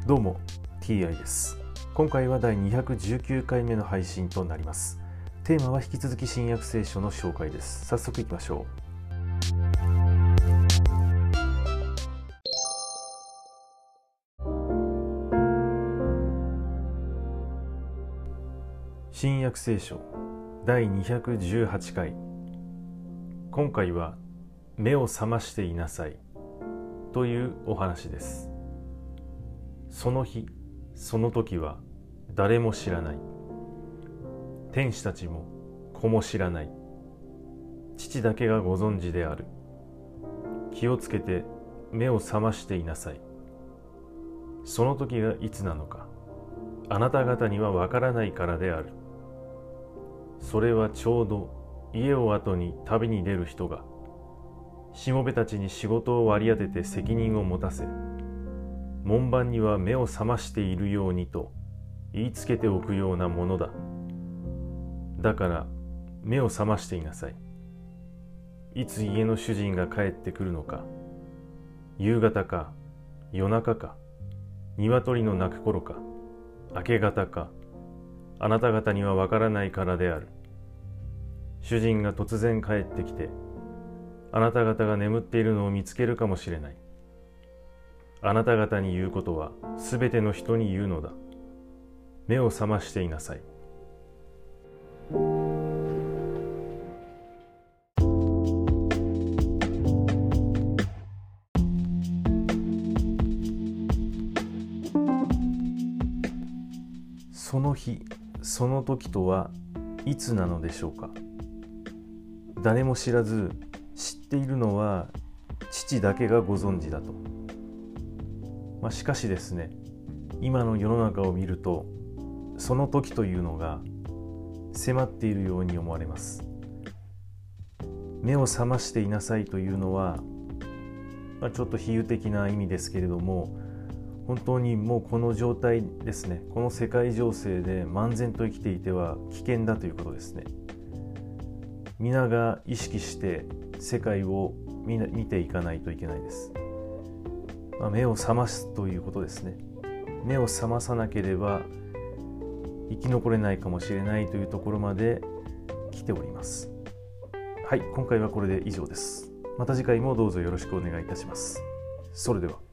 どうも TI です。今回は第219回目の配信となります。テーマは引き続き新約聖書の紹介です。早速いきましょう。新約聖書第218回。今回は目を覚ましていなさいというお話です。その日その時は誰も知らない。天使たちも子も知らない。父だけがご存知である。気をつけて目を覚ましていなさい。その時がいつなのかあなた方にはわからないからである。それはちょうど家を後に旅に出る人がしもべたちに仕事を割り当てて責任を持たせ、門番には目を覚ましているようにと言いつけておくようなものだ。だから目を覚ましていなさい。いつ家の主人が帰ってくるのか、夕方か夜中か、鶏の鳴く頃か、明け方か、あなた方にはわからないからである。主人が突然帰ってきて、あなた方が眠っているのを見つけるかもしれない。あなた方に言うことはすべての人に言うのだ。目を覚ましていなさい。その日その時とはいつなのでしょうか。誰も知らず、知っているのは父だけがご存知だと。しかしですね、今の世の中を見るとその時というのが迫っているように思われます。目を覚ましていなさいというのは、ちょっと比喩的な意味ですけれども、本当にもうこの状態ですね、この世界情勢で漫然と生きていては危険だということですね。皆が意識して世界を見ていかないといけないです。目を覚ますということですね。目を覚まさなければ生き残れないかもしれないというところまで来ております。はい、今回はこれで以上です。また次回もどうぞよろしくお願いいたします。それでは。